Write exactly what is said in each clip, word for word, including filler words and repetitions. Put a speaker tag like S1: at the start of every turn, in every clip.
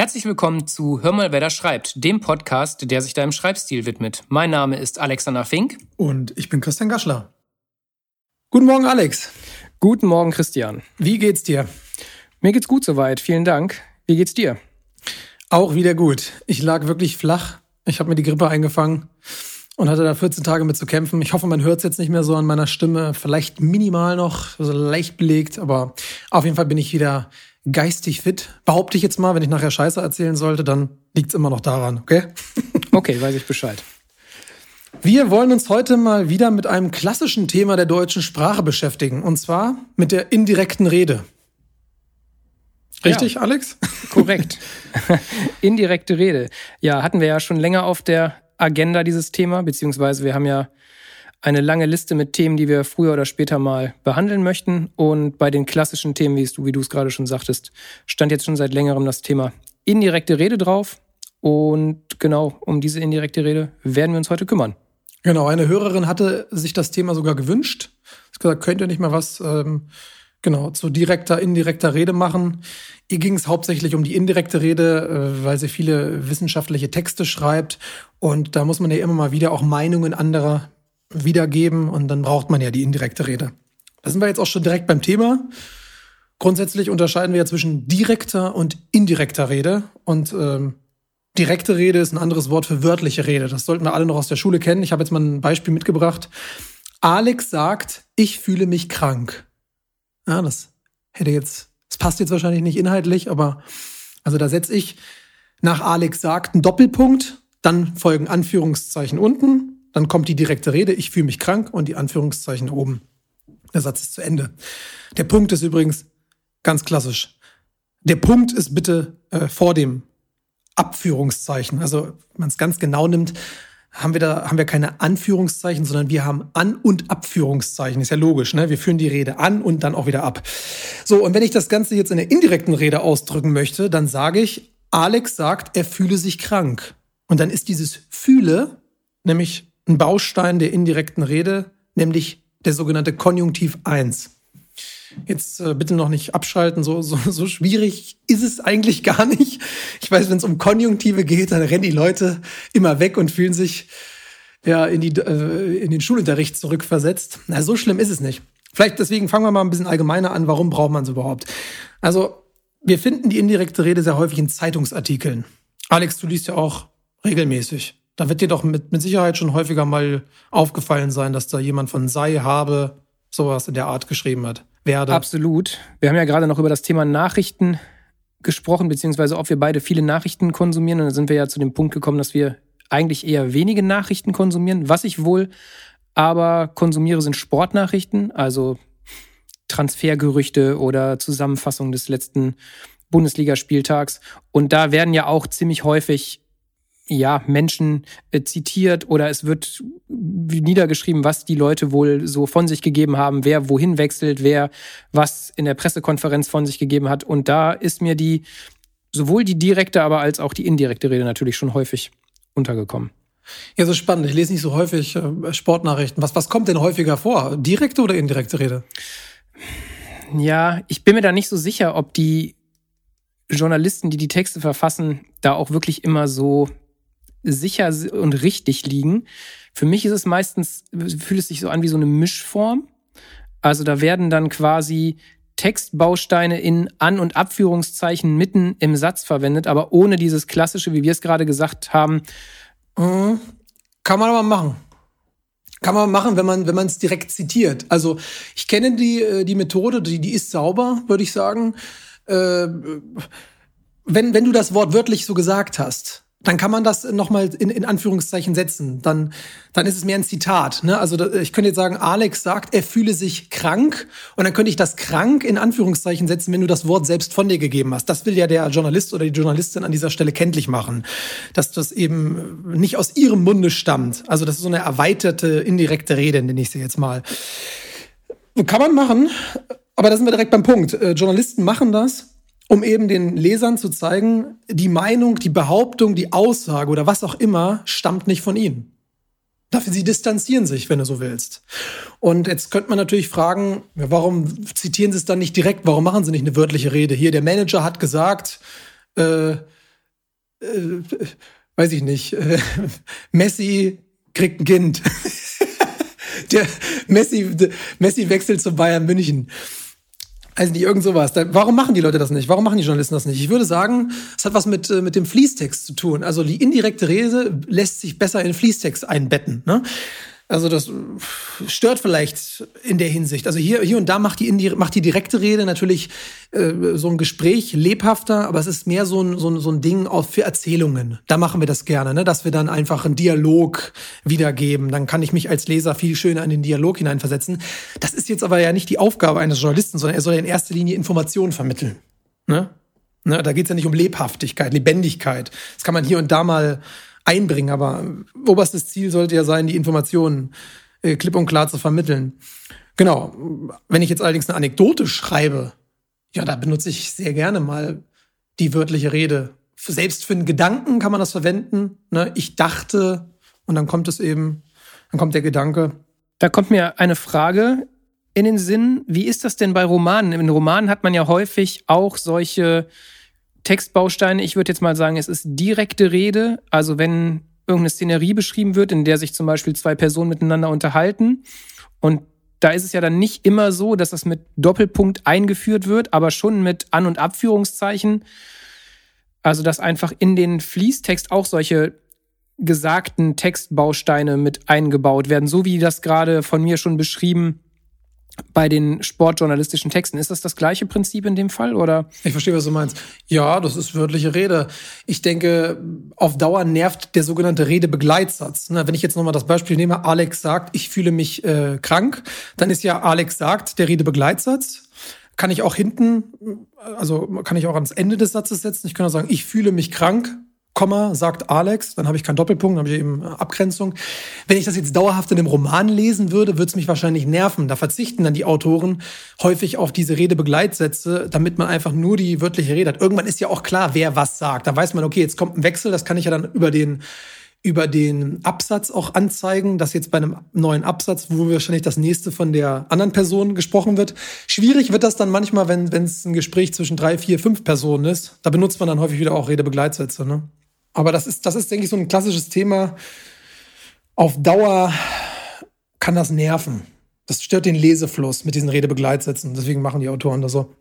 S1: Herzlich willkommen zu Hör mal, wer da schreibt, dem Podcast, der sich deinem Schreibstil widmet. Mein Name ist Alexander Fink.
S2: Und ich bin Christian Gaschler. Guten Morgen, Alex.
S1: Guten Morgen, Christian.
S2: Wie geht's dir?
S1: Mir geht's gut soweit, vielen Dank. Wie geht's dir?
S2: Auch wieder gut. Ich lag wirklich flach. Ich habe mir die Grippe eingefangen und hatte da vierzehn Tage mit zu kämpfen. Ich hoffe, man hört es jetzt nicht mehr so an meiner Stimme. Vielleicht minimal noch, also leicht belegt, aber auf jeden Fall bin ich wieder geistig fit. Behaupte ich jetzt mal, wenn ich nachher Scheiße erzählen sollte, dann liegt's immer noch daran, okay?
S1: Okay, weiß ich Bescheid.
S2: Wir wollen uns heute mal wieder mit einem klassischen Thema der deutschen Sprache beschäftigen, und zwar mit der indirekten Rede. Richtig, ja, Alex?
S1: Korrekt. Indirekte Rede. Ja, hatten wir ja schon länger auf der Agenda dieses Thema, beziehungsweise wir haben ja eine lange Liste mit Themen, die wir früher oder später mal behandeln möchten. Und bei den klassischen Themen, wie du, wie du es gerade schon sagtest, stand jetzt schon seit längerem das Thema indirekte Rede drauf. Und genau, um diese indirekte Rede werden wir uns heute kümmern.
S2: Genau, eine Hörerin hatte sich das Thema sogar gewünscht. Sie hat gesagt, könnt ihr nicht mal was ähm, genau zu direkter, indirekter Rede machen? Ihr ging es hauptsächlich um die indirekte Rede, äh, weil sie viele wissenschaftliche Texte schreibt. Und da muss man ja immer mal wieder auch Meinungen anderer wiedergeben. Und dann braucht man ja die indirekte Rede. Da sind wir jetzt auch schon direkt beim Thema. Grundsätzlich unterscheiden wir ja zwischen direkter und indirekter Rede. Und ähm, direkte Rede ist ein anderes Wort für wörtliche Rede. Das sollten wir alle noch aus der Schule kennen. Ich habe jetzt mal ein Beispiel mitgebracht. Alex sagt, ich fühle mich krank. Ja, das hätte jetzt, das passt jetzt wahrscheinlich nicht inhaltlich, aber also da setze ich nach Alex sagt einen Doppelpunkt, dann folgen Anführungszeichen unten, dann kommt die direkte Rede, ich fühle mich krank und die Anführungszeichen oben. Der Satz ist zu Ende. Der Punkt ist übrigens ganz klassisch. Der Punkt ist bitte äh, vor dem Abführungszeichen. Also, wenn man es ganz genau nimmt, haben wir da haben wir keine Anführungszeichen, sondern wir haben An- und Abführungszeichen. Ist ja logisch, ne? Wir führen die Rede an und dann auch wieder ab. So, und wenn ich das Ganze jetzt in der indirekten Rede ausdrücken möchte, dann sage ich, Alex sagt, er fühle sich krank. Und dann ist dieses fühle nämlich ein Baustein der indirekten Rede, nämlich der sogenannte Konjunktiv eins. Jetzt äh, bitte noch nicht abschalten, so, so, so schwierig ist es eigentlich gar nicht. Ich weiß, wenn es um Konjunktive geht, dann rennen die Leute immer weg und fühlen sich ja in, die, äh, in den Schulunterricht zurückversetzt. Na, so schlimm ist es nicht. Vielleicht deswegen fangen wir mal ein bisschen allgemeiner an. Warum braucht man es überhaupt? Also, wir finden die indirekte Rede sehr häufig in Zeitungsartikeln. Alex, du liest ja auch regelmäßig. Da wird dir doch mit, mit Sicherheit schon häufiger mal aufgefallen sein, dass da jemand von sei, habe, sowas in der Art geschrieben hat. Werde.
S1: Absolut. Wir haben ja gerade noch über das Thema Nachrichten gesprochen, beziehungsweise ob wir beide viele Nachrichten konsumieren. Und da sind wir ja zu dem Punkt gekommen, dass wir eigentlich eher wenige Nachrichten konsumieren. Was ich wohl aber konsumiere, sind Sportnachrichten, also Transfergerüchte oder Zusammenfassung des letzten Bundesligaspieltags. Und da werden ja auch ziemlich häufig ja, Menschen äh, zitiert oder es wird niedergeschrieben, was die Leute wohl so von sich gegeben haben, wer wohin wechselt, wer was in der Pressekonferenz von sich gegeben hat. Und da ist mir die, sowohl die direkte, aber als auch die indirekte Rede natürlich schon häufig untergekommen.
S2: Ja, so spannend. Ich lese nicht so häufig äh, Sportnachrichten. Was, was kommt denn häufiger vor? Direkte oder indirekte Rede?
S1: Ja, ich bin mir da nicht so sicher, ob die Journalisten, die die Texte verfassen, da auch wirklich immer so sicher und richtig liegen. Für mich ist es meistens, fühlt es sich so an wie so eine Mischform. Also da werden dann quasi Textbausteine in An- und Abführungszeichen mitten im Satz verwendet, aber ohne dieses klassische, wie wir es gerade gesagt haben.
S2: Mhm. Kann man aber machen. Kann man machen, wenn man wenn man es direkt zitiert. Also ich kenne die die Methode, die die ist sauber, würde ich sagen. Äh, wenn wenn du das Wort wörtlich so gesagt hast, dann kann man das nochmal in, in Anführungszeichen setzen. Dann, dann ist es mehr ein Zitat. Ne? Also ich könnte jetzt sagen, Alex sagt, er fühle sich krank. Und dann könnte ich das krank in Anführungszeichen setzen, wenn du das Wort selbst von dir gegeben hast. Das will ja der Journalist oder die Journalistin an dieser Stelle kenntlich machen. Dass das eben nicht aus ihrem Munde stammt. Also das ist so eine erweiterte, indirekte Rede, nenne ich sie jetzt mal. Kann man machen, aber da sind wir direkt beim Punkt. Äh, Journalisten machen das, um eben den Lesern zu zeigen, die Meinung, die Behauptung, die Aussage oder was auch immer stammt nicht von ihnen. Dafür, sie distanzieren sich, wenn du so willst. Und jetzt könnte man natürlich fragen, ja, warum zitieren sie es dann nicht direkt? Warum machen sie nicht eine wörtliche Rede? Hier, der Manager hat gesagt, äh, äh, weiß ich nicht, äh, Messi kriegt ein Kind. Der Messi, Messi wechselt zu Bayern München. Also nicht irgend sowas. Da, warum machen die Leute das nicht? Warum machen die Journalisten das nicht? Ich würde sagen, es hat was mit, mit dem Fließtext zu tun. Also die indirekte Rede lässt sich besser in Fließtext einbetten. Ne? Also das stört vielleicht in der Hinsicht. Also hier, hier und da macht die, Indi- macht die direkte Rede natürlich äh, so ein Gespräch lebhafter, aber es ist mehr so ein, so ein, so ein Ding auch für Erzählungen. Da machen wir das gerne, ne? Dass wir dann einfach einen Dialog wiedergeben. Dann kann ich mich als Leser viel schöner in den Dialog hineinversetzen. Das ist jetzt aber ja nicht die Aufgabe eines Journalisten, sondern er soll ja in erster Linie Informationen vermitteln. Ne? Ne? Da geht es ja nicht um Lebhaftigkeit, Lebendigkeit. Das kann man hier und da mal einbringen, aber oberstes Ziel sollte ja sein, die Informationen äh, klipp und klar zu vermitteln. Genau. Wenn ich jetzt allerdings eine Anekdote schreibe, ja, da benutze ich sehr gerne mal die wörtliche Rede. Selbst für einen Gedanken kann man das verwenden. Ne? Ich dachte, und dann kommt es eben, dann kommt der Gedanke.
S1: Da kommt mir eine Frage in den Sinn. Wie ist das denn bei Romanen? In Romanen hat man ja häufig auch solche Textbausteine. Ich würde jetzt mal sagen, es ist direkte Rede. Also wenn irgendeine Szenerie beschrieben wird, in der sich zum Beispiel zwei Personen miteinander unterhalten. Und da ist es ja dann nicht immer so, dass das mit Doppelpunkt eingeführt wird, aber schon mit An- und Abführungszeichen. Also dass einfach in den Fließtext auch solche gesagten Textbausteine mit eingebaut werden. So wie das gerade von mir schon beschrieben bei den sportjournalistischen Texten. Ist das das gleiche Prinzip in dem Fall, oder?
S2: Ich verstehe, was du meinst. Ja, das ist wörtliche Rede. Ich denke, auf Dauer nervt der sogenannte Redebegleitsatz. Wenn ich jetzt nochmal das Beispiel nehme, Alex sagt, ich fühle mich äh, krank, dann ist ja Alex sagt der Redebegleitsatz. Kann ich auch hinten, also kann ich auch ans Ende des Satzes setzen. Ich kann auch sagen, ich fühle mich krank, Komma, sagt Alex, dann habe ich keinen Doppelpunkt, dann habe ich eben Abgrenzung. Wenn ich das jetzt dauerhaft in einem Roman lesen würde, würde es mich wahrscheinlich nerven. Da verzichten dann die Autoren häufig auf diese Redebegleitsätze, damit man einfach nur die wörtliche Rede hat. Irgendwann ist ja auch klar, wer was sagt. Da weiß man, okay, jetzt kommt ein Wechsel, das kann ich ja dann über den über den Absatz auch anzeigen, dass jetzt bei einem neuen Absatz, wo wahrscheinlich das nächste von der anderen Person gesprochen wird. Schwierig wird das dann manchmal, wenn wenn es ein Gespräch zwischen drei, vier, fünf Personen ist. Da benutzt man dann häufig wieder auch Redebegleitsätze, ne? Aber das ist, das ist, denke ich, so ein klassisches Thema. Auf Dauer kann das nerven. Das stört den Lesefluss mit diesen Redebegleitsätzen. Deswegen machen die Autoren das so.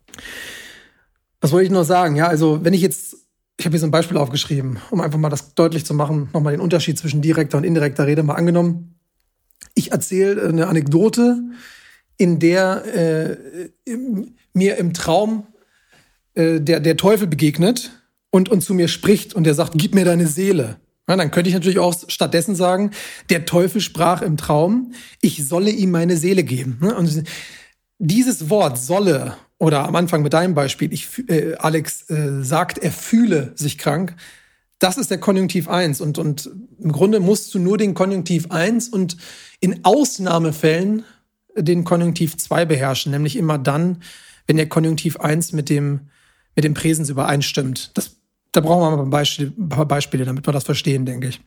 S2: Was wollte ich noch sagen? Ja, also wenn ich jetzt, ich habe hier so ein Beispiel aufgeschrieben, um einfach mal das deutlich zu machen, nochmal den Unterschied zwischen direkter und indirekter Rede mal angenommen. Ich erzähle eine Anekdote, in der äh, im, mir im Traum äh, der, der Teufel begegnet und, und zu mir spricht und der sagt, gib mir deine Seele. Ja, dann könnte ich natürlich auch stattdessen sagen, der Teufel sprach im Traum, ich solle ihm meine Seele geben. Und dieses Wort solle, oder am Anfang mit deinem Beispiel, ich, äh, Alex äh, sagt, er fühle sich krank, das ist der Konjunktiv eins. Und, und im Grunde musst du nur den Konjunktiv eins und in Ausnahmefällen den Konjunktiv zwei beherrschen, nämlich immer dann, wenn der Konjunktiv eins mit dem, mit dem Präsens übereinstimmt. Das Da brauchen wir mal ein, Beispiel, ein paar Beispiele, damit wir das verstehen, denke ich.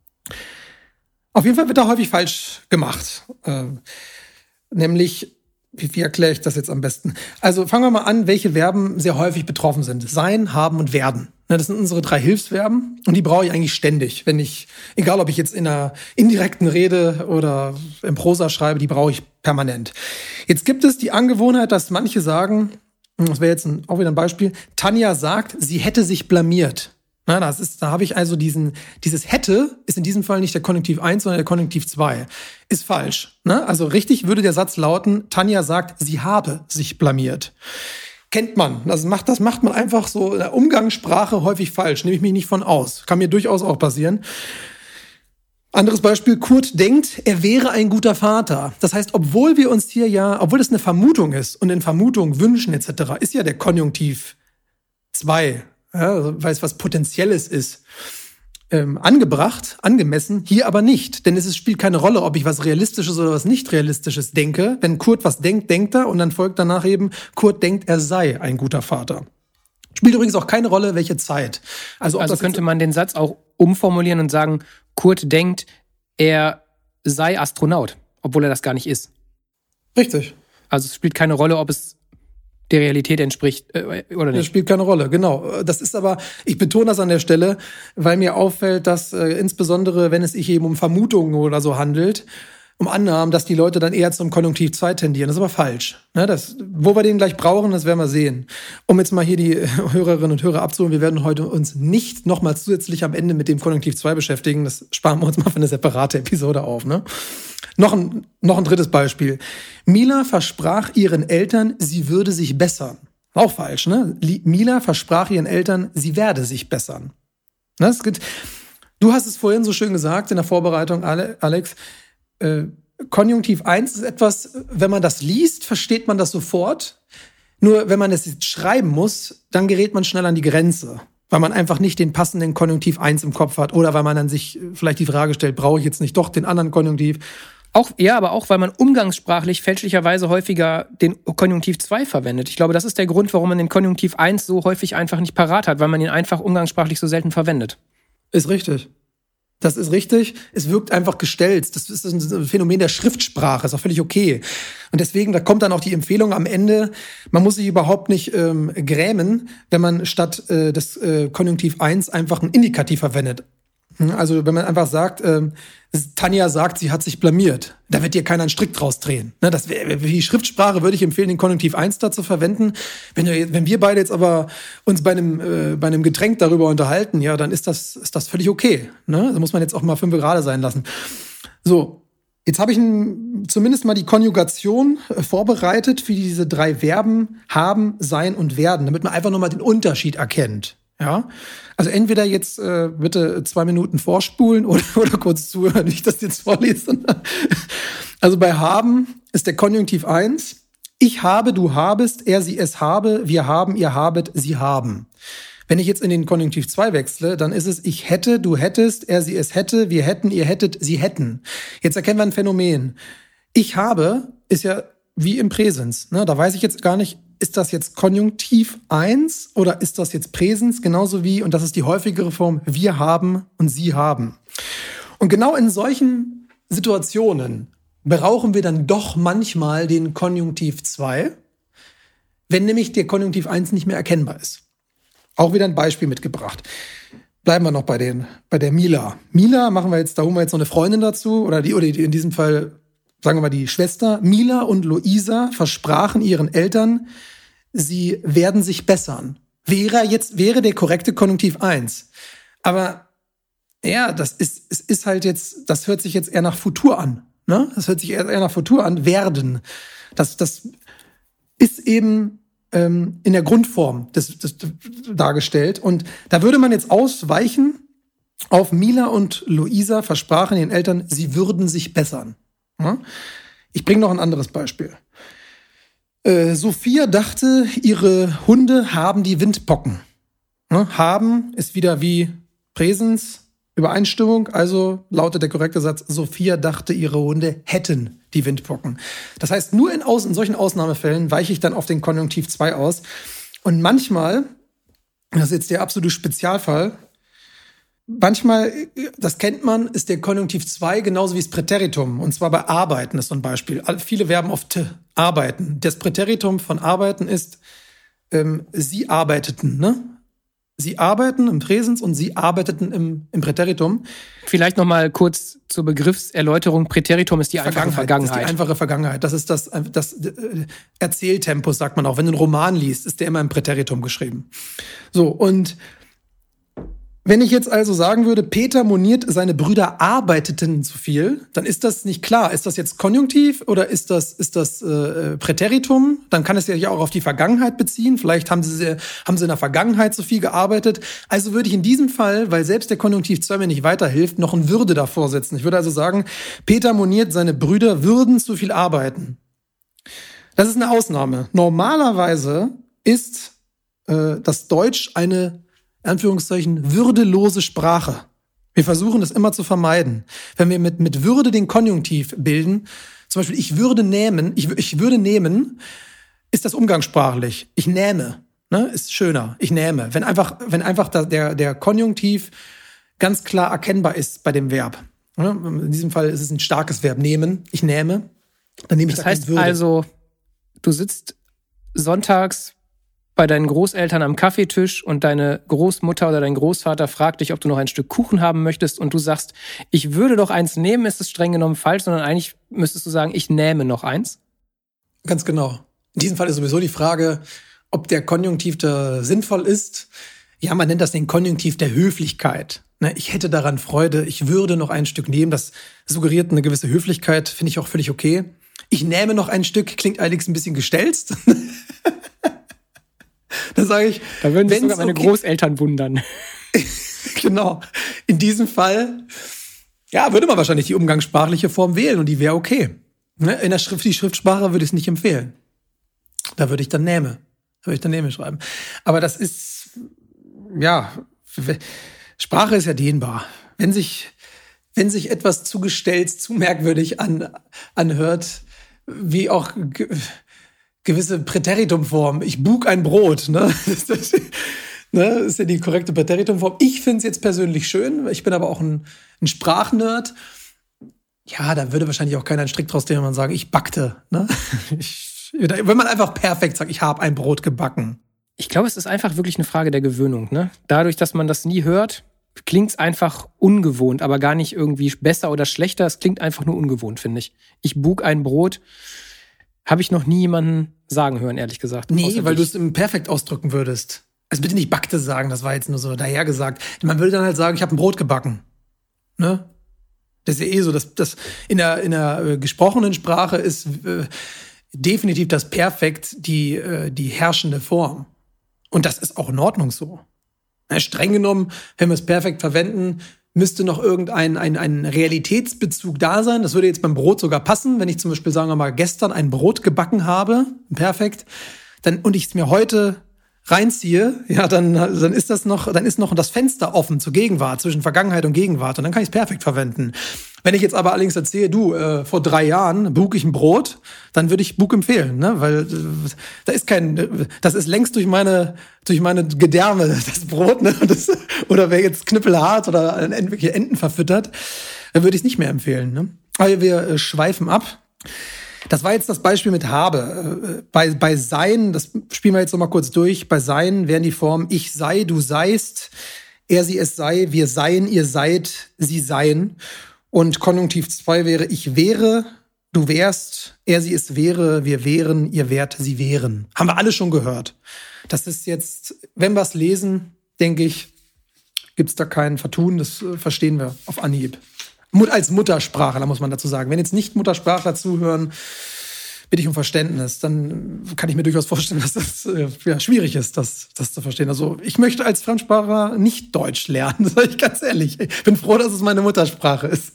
S2: Auf jeden Fall wird da häufig falsch gemacht. Äh, nämlich, wie, wie erkläre ich das jetzt am besten? Also fangen wir mal an, welche Verben sehr häufig betroffen sind. Sein, haben und werden. Das sind unsere drei Hilfsverben und die brauche ich eigentlich ständig. Wenn ich, egal ob ich jetzt in einer indirekten Rede oder im Prosa schreibe, die brauche ich permanent. Jetzt gibt es die Angewohnheit, dass manche sagen, das wäre jetzt ein, auch wieder ein Beispiel. Tanja sagt, sie hätte sich blamiert. Na, das ist, da habe ich also diesen, dieses hätte ist in diesem Fall nicht der Konjunktiv eins, sondern der Konjunktiv zwei. Ist falsch. Na, also richtig würde der Satz lauten, Tanja sagt, sie habe sich blamiert. Kennt man. Das macht, das macht man einfach so in der Umgangssprache häufig falsch. Nehme ich mich nicht von aus. Kann mir durchaus auch passieren. Anderes Beispiel, Kurt denkt, er wäre ein guter Vater. Das heißt, obwohl wir uns hier ja, obwohl das eine Vermutung ist und in Vermutung wünschen et cetera, ist ja der Konjunktiv zwei, ja, also weil es was Potenzielles ist, ähm, angebracht, angemessen, hier aber nicht. Denn es ist, spielt keine Rolle, ob ich was Realistisches oder was Nicht-Realistisches denke. Wenn Kurt was denkt, denkt er und dann folgt danach eben, Kurt denkt, er sei ein guter Vater. Spielt übrigens auch keine Rolle, welche Zeit. Also, ob
S1: also
S2: das
S1: könnte man den Satz auch umformulieren und sagen, Kurt denkt, er sei Astronaut, obwohl er das gar nicht ist.
S2: Richtig.
S1: Also es spielt keine Rolle, ob es der Realität entspricht, äh, oder nicht?
S2: Das spielt keine Rolle, genau. Das ist aber, ich betone das an der Stelle, weil mir auffällt, dass äh, insbesondere, wenn es sich eben um Vermutungen oder so handelt, um Annahmen, dass die Leute dann eher zum Konjunktiv zwei tendieren. Das ist aber falsch. Ne, das, wo wir den gleich brauchen, das werden wir sehen. Um jetzt mal hier die Hörerinnen und Hörer abzuholen, wir werden heute uns nicht nochmal zusätzlich am Ende mit dem Konjunktiv zwei beschäftigen. Das sparen wir uns mal für eine separate Episode auf. Ne? Noch ein, noch ein drittes Beispiel. Mila versprach ihren Eltern, sie würde sich bessern. Auch falsch, ne? Mila versprach ihren Eltern, sie werde sich bessern. Das geht. Du hast es vorhin so schön gesagt in der Vorbereitung, Alex. Äh, Konjunktiv eins ist etwas, wenn man das liest, versteht man das sofort. Nur wenn man es jetzt schreiben muss, dann gerät man schnell an die Grenze. Weil man einfach nicht den passenden Konjunktiv eins im Kopf hat. Oder weil man dann sich vielleicht die Frage stellt, brauche ich jetzt nicht doch den anderen Konjunktiv?
S1: Auch, ja, aber auch, weil man umgangssprachlich fälschlicherweise häufiger den Konjunktiv zwei verwendet. Ich glaube, das ist der Grund, warum man den Konjunktiv eins so häufig einfach nicht parat hat, weil man ihn einfach umgangssprachlich so selten verwendet.
S2: Ist richtig. Das ist richtig. Es wirkt einfach gestellt. Das ist ein Phänomen der Schriftsprache. Ist auch völlig okay. Und deswegen, da kommt dann auch die Empfehlung am Ende, man muss sich überhaupt nicht ähm, grämen, wenn man statt äh, des äh, Konjunktiv eins einfach ein Indikativ verwendet. Also wenn man einfach sagt, ähm, Tanja sagt, sie hat sich blamiert, da wird dir keiner einen Strick draus drehen. Ne, das wär, für die Schriftsprache würde ich empfehlen, den Konjunktiv eins da zu verwenden. Wenn, wir, wenn wir beide jetzt aber uns bei einem, äh, bei einem Getränk darüber unterhalten, ja, dann ist das, ist das völlig okay. Ne? Da muss man jetzt auch mal fünf gerade sein lassen. So, jetzt habe ich ein, zumindest mal die Konjugation äh, vorbereitet, wie diese drei Verben haben, sein und werden, damit man einfach nochmal den Unterschied erkennt. Ja, also entweder jetzt äh, bitte zwei Minuten vorspulen oder, oder kurz zuhören, wie ich das jetzt vorlese. Also bei haben ist der Konjunktiv eins. Ich habe, du habest, er, sie, es habe, wir haben, ihr habet, sie haben. Wenn ich jetzt in den Konjunktiv zwei wechsle, dann ist es ich hätte, du hättest, er, sie, es hätte, wir hätten, ihr hättet, sie hätten. Jetzt erkennen wir ein Phänomen. Ich habe ist ja wie im Präsens. Ne? Da weiß ich jetzt gar nicht, ist das jetzt Konjunktiv eins oder ist das jetzt Präsens? Genauso wie, und das ist die häufigere Form, wir haben und sie haben. Und genau in solchen Situationen brauchen wir dann doch manchmal den Konjunktiv zwei, wenn nämlich der Konjunktiv eins nicht mehr erkennbar ist. Auch wieder ein Beispiel mitgebracht. Bleiben wir noch bei, den, bei der Mila. Mila machen wir jetzt, da holen wir jetzt noch eine Freundin dazu, oder die, oder die, in diesem Fall, sagen wir mal, die Schwester. Mila und Luisa versprachen ihren Eltern, sie werden sich bessern. Wäre jetzt, wäre der korrekte Konjunktiv eins. Aber, ja, das ist, es ist halt jetzt, das hört sich jetzt eher nach Futur an, ne? Das hört sich eher, eher nach Futur an, werden. Das, das ist eben, ähm, in der Grundform des, des, des, dargestellt. Und da würde man jetzt ausweichen auf Mila und Luisa versprachen ihren Eltern, sie würden sich bessern. Ja? Ich bringe noch ein anderes Beispiel. Äh, Sophia dachte, ihre Hunde haben die Windpocken. Ja? Haben ist wieder wie Präsens, Übereinstimmung, also lautet der korrekte Satz, Sophia dachte, ihre Hunde hätten die Windpocken. Das heißt, nur in, Aus- in solchen Ausnahmefällen weiche ich dann auf den Konjunktiv zwei aus. Und manchmal, das ist jetzt der absolute Spezialfall, manchmal, das kennt man, ist der Konjunktiv zwei genauso wie das Präteritum. Und zwar bei arbeiten ist so ein Beispiel. Viele Verben auf t, arbeiten. Das Präteritum von arbeiten ist, ähm, sie arbeiteten, ne? Sie arbeiten im Präsens und sie arbeiteten im, im Präteritum.
S1: Vielleicht noch mal kurz zur Begriffserläuterung. Präteritum ist die einfache Vergangenheit.
S2: Das ist die einfache Vergangenheit. Das ist das, das äh, Erzähltempus, sagt man auch. Wenn du einen Roman liest, ist der immer im Präteritum geschrieben. So, und wenn ich jetzt also sagen würde, Peter moniert, seine Brüder arbeiteten zu viel, dann ist das nicht klar. Ist das jetzt Konjunktiv oder ist das, ist das äh, Präteritum? Dann kann es sich ja auch auf die Vergangenheit beziehen. Vielleicht haben sie, haben sie in der Vergangenheit zu viel gearbeitet. Also würde ich in diesem Fall, weil selbst der Konjunktiv zwei mir nicht weiterhilft, noch ein Würde davor setzen. Ich würde also sagen, Peter moniert, seine Brüder würden zu viel arbeiten. Das ist eine Ausnahme. Normalerweise ist äh, das Deutsch eine Anführungszeichen, würdelose Sprache. Wir versuchen das immer zu vermeiden. Wenn wir mit, mit Würde den Konjunktiv bilden, zum Beispiel ich würde nehmen, ich, ich würde nehmen, ist das umgangssprachlich. Ich nähme, ne, ist schöner. Ich nähme. Wenn einfach, wenn einfach der, der Konjunktiv ganz klar erkennbar ist bei dem Verb. Ne? In diesem Fall ist es ein starkes Verb, nehmen. Ich nähme. Dann nehme ich
S1: das
S2: da
S1: heißt
S2: Würde.
S1: Also, du sitzt sonntags bei deinen Großeltern am Kaffeetisch und deine Großmutter oder dein Großvater fragt dich, ob du noch ein Stück Kuchen haben möchtest und du sagst, ich würde doch eins nehmen, ist es streng genommen falsch, sondern eigentlich müsstest du sagen, ich nähme noch eins.
S2: Ganz genau. In diesem Fall ist sowieso die Frage, ob der Konjunktiv da sinnvoll ist. Ja, man nennt das den Konjunktiv der Höflichkeit. Ich hätte daran Freude, ich würde noch ein Stück nehmen. Das suggeriert eine gewisse Höflichkeit, finde ich auch völlig okay. Ich nähme noch ein Stück, klingt allerdings ein bisschen gestelzt. Da sage ich,
S1: da würden sich sogar meine okay, Großeltern wundern.
S2: Genau. In diesem Fall, ja, würde man wahrscheinlich die umgangssprachliche Form wählen und die wäre okay. In der Schrift, die Schriftsprache würde ich es nicht empfehlen. Da würde ich dann nähme. Da würde ich dann nähme schreiben. Aber das ist, ja, Sprache ist ja dehnbar. Wenn sich, wenn sich etwas zu gestelzt, zu merkwürdig an, anhört, wie auch ge- gewisse Präteritumformen. Ich bug ein Brot, ne? Das ist, ne? Das ist ja die korrekte Präteritumform. Ich finde es jetzt persönlich schön. Ich bin aber auch ein, ein Sprachnerd. Ja, da würde wahrscheinlich auch keiner einen Strick draus drehen, wenn man sagen, ich backte. Ne? Ich, wenn man einfach perfekt sagt, ich habe ein Brot gebacken.
S1: Ich glaube, es ist einfach wirklich eine Frage der Gewöhnung. Ne? Dadurch, dass man das nie hört, klingt es einfach ungewohnt, aber gar nicht irgendwie besser oder schlechter. Es klingt einfach nur ungewohnt, finde ich. Ich bug ein Brot. Habe ich noch nie jemanden sagen hören, ehrlich gesagt.
S2: Nee, weil du es im Perfekt ausdrücken würdest. Also bitte nicht backte sagen, das war jetzt nur so dahergesagt. Man würde dann halt sagen, ich habe ein Brot gebacken. Ne? Das ist ja eh so, dass das in der in der äh, gesprochenen Sprache ist äh, definitiv das Perfekt die äh, die herrschende Form. Und das ist auch in Ordnung so. Na, streng genommen, wenn wir es perfekt verwenden, müsste noch irgendein ein, ein Realitätsbezug da sein. Das würde jetzt beim Brot sogar passen. Wenn ich zum Beispiel, sagen wir mal, gestern ein Brot gebacken habe, perfekt, dann und ich es mir heute reinziehe, ja, dann, dann ist das noch, dann ist noch das Fenster offen zur Gegenwart, zwischen Vergangenheit und Gegenwart. Und dann kann ich es perfekt verwenden. Wenn ich jetzt aber allerdings erzähle, du, äh, vor drei Jahren bug ich ein Brot, dann würde ich Bug empfehlen, ne? Weil äh, da ist kein, das ist längst durch meine, durch meine Gedärme, das Brot, ne? Das, oder wer jetzt knüppelhart oder an irgendwelche Enten verfüttert, dann würde ich es nicht mehr empfehlen, ne? Aber wir äh, schweifen ab. Das war jetzt das Beispiel mit habe. Bei, bei sein, das spielen wir jetzt noch mal kurz durch, bei sein wären die Formen ich sei, du seist, er, sie, es sei, wir seien, ihr seid, sie seien. Und Konjunktiv zwei wäre ich wäre, du wärst, er, sie, es wäre, wir wären, ihr wärt, sie wären. Haben wir alle schon gehört. Das ist jetzt, wenn wir es lesen, denke ich, gibt's da kein Vertun, das verstehen wir auf Anhieb. Als Muttersprachler, muss man dazu sagen. Wenn jetzt nicht Muttersprachler zuhören, bitte ich um Verständnis. Dann kann ich mir durchaus vorstellen, dass das äh, ja, schwierig ist, das, das zu verstehen. Also ich möchte als Fremdspracher nicht Deutsch lernen, das sage ich ganz ehrlich. Ich bin froh, dass es meine Muttersprache ist.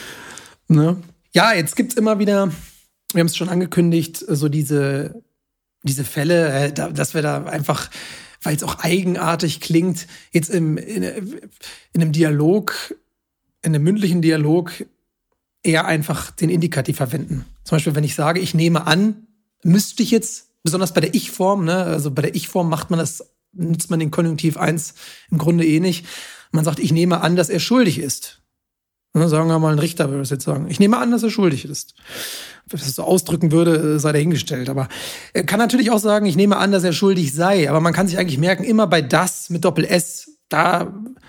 S2: Ne? Ja, jetzt gibt's immer wieder, wir haben es schon angekündigt, so diese, diese Fälle, äh, da, dass wir da einfach, weil es auch eigenartig klingt, jetzt im, in, in einem Dialog, in einem mündlichen Dialog eher einfach den Indikativ verwenden. Zum Beispiel, wenn ich sage, ich nehme an, müsste ich jetzt, besonders bei der Ich-Form, ne, also bei der Ich-Form macht man das, nutzt man den Konjunktiv eins im Grunde eh nicht. Man sagt, ich nehme an, dass er schuldig ist. Ne, sagen wir mal, ein Richter würde das jetzt sagen. Ich nehme an, dass er schuldig ist. Wenn ich das so ausdrücken würde, sei dahingestellt. Aber er kann natürlich auch sagen, ich nehme an, dass er schuldig sei. Aber man kann sich eigentlich merken, immer bei das mit Doppel-S, da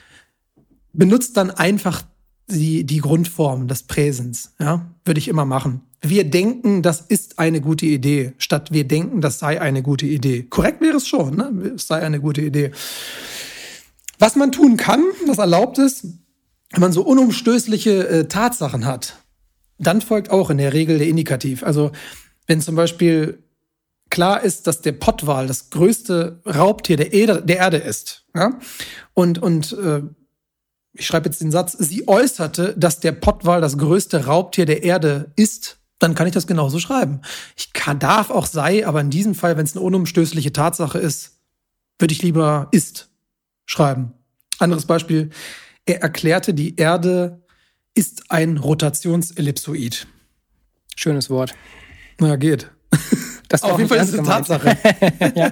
S2: benutzt dann einfach die, die Grundform des Präsens, ja, würde ich immer machen. Wir denken, das ist eine gute Idee, statt wir denken, das sei eine gute Idee. Korrekt wäre es schon, ne? Es sei eine gute Idee. Was man tun kann, was erlaubt ist, wenn man so unumstößliche äh, Tatsachen hat, dann folgt auch in der Regel der Indikativ. Also wenn zum Beispiel klar ist, dass der Pottwal das größte Raubtier der Erde, der Erde ist, ja, und und äh, ich schreibe jetzt den Satz, sie äußerte, dass der Pottwal das größte Raubtier der Erde ist, dann kann ich das genauso schreiben. Ich kann, darf auch sei, aber in diesem Fall, wenn es eine unumstößliche Tatsache ist, würde ich lieber ist schreiben. Anderes Beispiel, er erklärte, die Erde ist ein Rotationsellipsoid.
S1: Schönes Wort.
S2: Na, geht.
S1: Das war
S2: auf jeden Fall ist es eine Tatsache.
S1: Ja.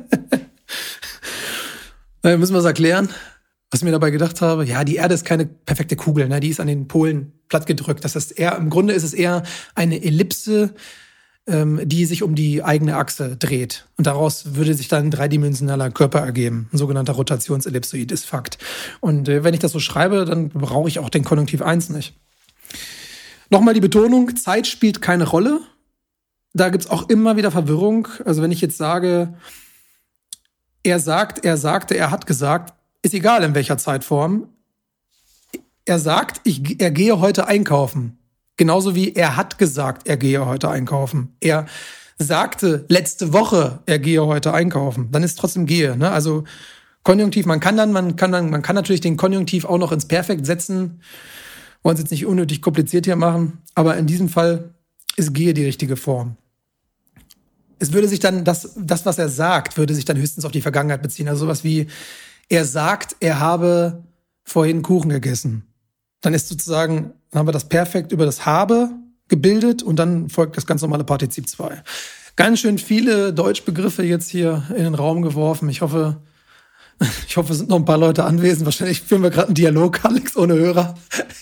S2: Dann müssen wir es erklären. Was ich mir dabei gedacht habe, ja, die Erde ist keine perfekte Kugel, ne? Die ist an den Polen plattgedrückt. Das heißt, eher, im Grunde ist es eher eine Ellipse, ähm, die sich um die eigene Achse dreht. Und daraus würde sich dann ein dreidimensionaler Körper ergeben. Ein sogenannter Rotationsellipsoid ist Fakt. Und äh, wenn ich das so schreibe, dann brauche ich auch den Konjunktiv eins nicht. Nochmal die Betonung, Zeit spielt keine Rolle. Da gibt's auch immer wieder Verwirrung. Also wenn ich jetzt sage, er sagt, er sagte, er hat gesagt, ist egal in welcher Zeitform. Er sagt, ich, er gehe heute einkaufen. Genauso wie er hat gesagt, er gehe heute einkaufen. Er sagte letzte Woche, er gehe heute einkaufen. Dann ist trotzdem gehe. Ne? Also Konjunktiv, man kann dann, man kann dann, man kann natürlich den Konjunktiv auch noch ins Perfekt setzen. Wollen es jetzt nicht unnötig kompliziert hier machen. Aber in diesem Fall ist gehe die richtige Form. Es würde sich dann, das, das, was er sagt, würde sich dann höchstens auf die Vergangenheit beziehen. Also sowas wie, er sagt, er habe vorhin Kuchen gegessen. Dann ist sozusagen, dann haben wir das Perfekt über das habe gebildet und dann folgt das ganz normale Partizip zwei. Ganz schön viele Deutschbegriffe jetzt hier in den Raum geworfen. Ich hoffe, ich hoffe, es sind noch ein paar Leute anwesend. Wahrscheinlich führen wir gerade einen Dialog, Alex, ohne Hörer.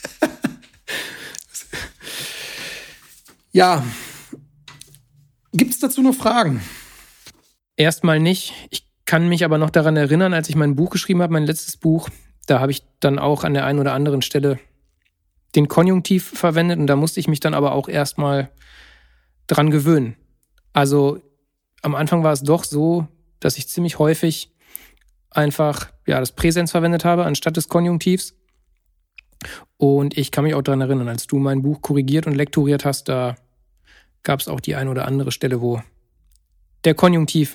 S2: Ja. Gibt's dazu noch Fragen?
S1: Erstmal nicht. Ich kann mich aber noch daran erinnern, als ich mein Buch geschrieben habe, mein letztes Buch, da habe ich dann auch an der einen oder anderen Stelle den Konjunktiv verwendet und da musste ich mich dann aber auch erstmal dran gewöhnen. Also am Anfang war es doch so, dass ich ziemlich häufig einfach ja das Präsens verwendet habe anstatt des Konjunktivs. Und ich kann mich auch daran erinnern, als du mein Buch korrigiert und lektoriert hast, da gab es auch die eine oder andere Stelle, wo der Konjunktiv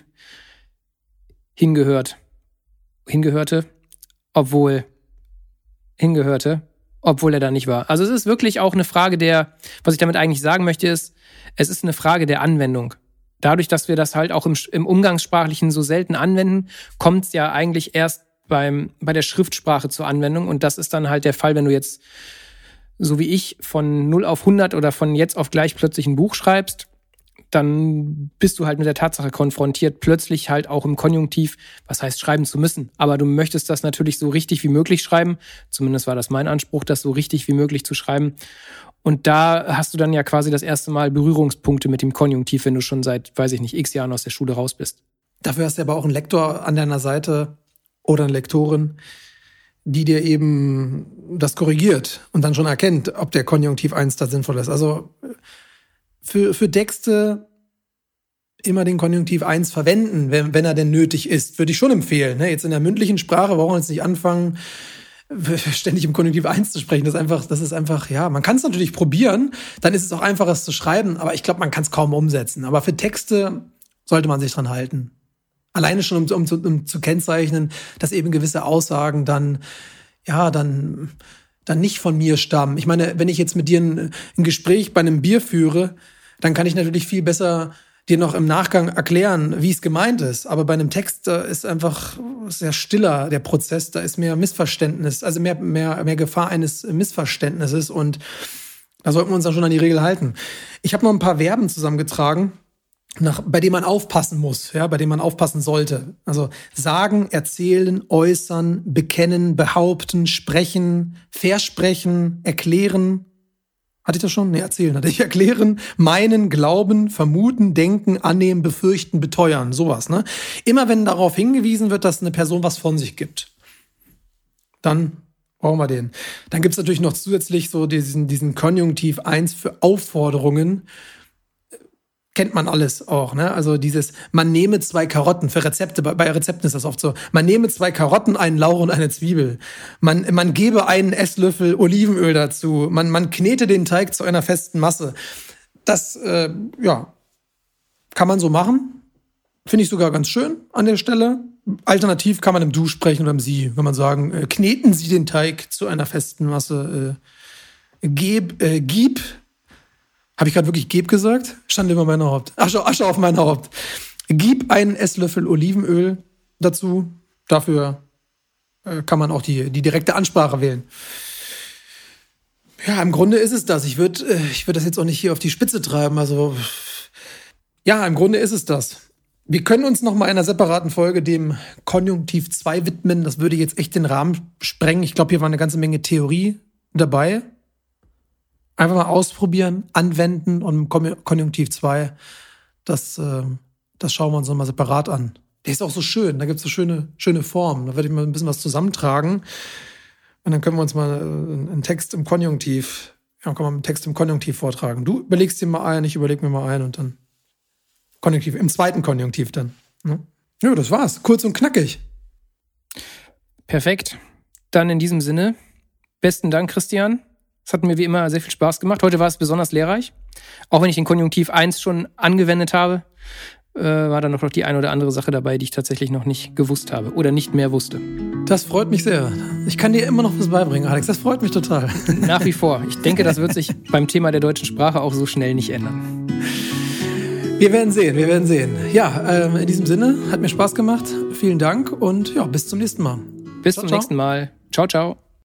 S1: hingehört, hingehörte, obwohl hingehörte, obwohl er da nicht war. Also es ist wirklich auch eine Frage der, was ich damit eigentlich sagen möchte, ist, es ist eine Frage der Anwendung. Dadurch, dass wir das halt auch im, im Umgangssprachlichen so selten anwenden, kommt es ja eigentlich erst beim, bei der Schriftsprache zur Anwendung. Und das ist dann halt der Fall, wenn du jetzt, so wie ich, von null auf hundert oder von jetzt auf gleich plötzlich ein Buch schreibst, dann bist du halt mit der Tatsache konfrontiert, plötzlich halt auch im Konjunktiv, was heißt schreiben zu müssen. Aber du möchtest das natürlich so richtig wie möglich schreiben. Zumindest war das mein Anspruch, das so richtig wie möglich zu schreiben. Und da hast du dann ja quasi das erste Mal Berührungspunkte mit dem Konjunktiv, wenn du schon seit, weiß ich nicht, x Jahren aus der Schule raus bist.
S2: Dafür hast du aber auch einen Lektor an deiner Seite oder eine Lektorin, die dir eben das korrigiert und dann schon erkennt, ob der Konjunktiv eins da sinnvoll ist. Also für, für Texte immer den Konjunktiv eins verwenden, wenn, wenn er denn nötig ist, würde ich schon empfehlen. Jetzt in der mündlichen Sprache brauchen wir jetzt nicht anfangen, ständig im Konjunktiv eins zu sprechen. Das ist einfach, das ist einfach, ja, man kann es natürlich probieren, dann ist es auch einfacher, es zu schreiben, aber ich glaube, man kann es kaum umsetzen. Aber für Texte sollte man sich dran halten. Alleine schon, um, um, um zu kennzeichnen, dass eben gewisse Aussagen dann, ja, dann, dann nicht von mir stammen. Ich meine, wenn ich jetzt mit dir ein, ein Gespräch bei einem Bier führe, dann kann ich natürlich viel besser dir noch im Nachgang erklären, wie es gemeint ist. Aber bei einem Text da ist einfach sehr stiller der Prozess, da ist mehr Missverständnis, also mehr, mehr, mehr Gefahr eines Missverständnisses und da sollten wir uns dann schon an die Regel halten. Ich habe noch ein paar Verben zusammengetragen, nach, bei denen man aufpassen muss, ja, bei denen man aufpassen sollte. Also sagen, erzählen, äußern, bekennen, behaupten, sprechen, versprechen, erklären. Hatte ich das schon? Nee, erzählen hatte ich. Erklären, meinen, glauben, vermuten, denken, annehmen, befürchten, beteuern. Sowas, ne? Immer wenn darauf hingewiesen wird, dass eine Person was von sich gibt, dann brauchen wir den. Dann gibt's natürlich noch zusätzlich so diesen, diesen Konjunktiv eins für Aufforderungen. Kennt man alles auch, ne? Also dieses, man nehme zwei Karotten für Rezepte, bei Rezepten ist das oft so, man nehme zwei Karotten, einen Lauch und eine Zwiebel. Man, man gebe einen Esslöffel Olivenöl dazu. Man, man knete den Teig zu einer festen Masse. Das, äh, ja, kann man so machen. Finde ich sogar ganz schön an der Stelle. Alternativ kann man im Du sprechen oder im Sie, wenn man sagen, äh, kneten Sie den Teig zu einer festen Masse. Äh, geb, äh, gib, Habe ich gerade wirklich Geb gesagt? Schande über mein Haupt. Asche, Asche auf mein Haupt. Gib einen Esslöffel Olivenöl dazu. Dafür äh, kann man auch die, die direkte Ansprache wählen. Ja, im Grunde ist es das. Ich würde äh, ich würd das jetzt auch nicht hier auf die Spitze treiben. Also, ja, im Grunde ist es das. Wir können uns noch mal in einer separaten Folge dem Konjunktiv zwei widmen. Das würde jetzt echt den Rahmen sprengen. Ich glaube, hier war eine ganze Menge Theorie dabei. Einfach mal ausprobieren, anwenden und im Konjunktiv zwei, das, äh, das schauen wir uns nochmal separat an. Der ist auch so schön, da gibt es so schöne, schöne Formen. Da werde ich mal ein bisschen was zusammentragen. Und dann können wir uns mal einen Text im Konjunktiv, ja, können wir einen Text im Konjunktiv vortragen. Du überlegst dir mal ein, ich überleg mir mal ein und dann Konjunktiv, im zweiten Konjunktiv dann. Ne? Ja, das war's. Kurz und knackig.
S1: Perfekt. Dann in diesem Sinne, besten Dank, Christian. Es hat mir wie immer sehr viel Spaß gemacht. Heute war es besonders lehrreich. Auch wenn ich den Konjunktiv eins schon angewendet habe, äh, war da noch die eine oder andere Sache dabei, die ich tatsächlich noch nicht gewusst habe oder nicht mehr wusste.
S2: Das freut mich sehr. Ich kann dir immer noch was beibringen, Alex. Das freut mich total.
S1: Nach wie vor. Ich denke, das wird sich beim Thema der deutschen Sprache auch so schnell nicht ändern.
S2: Wir werden sehen, wir werden sehen. Ja, ähm, in diesem Sinne, hat mir Spaß gemacht. Vielen Dank und ja, bis zum nächsten Mal.
S1: Bis
S2: ciao,
S1: zum
S2: ciao.
S1: nächsten Mal. Ciao, ciao.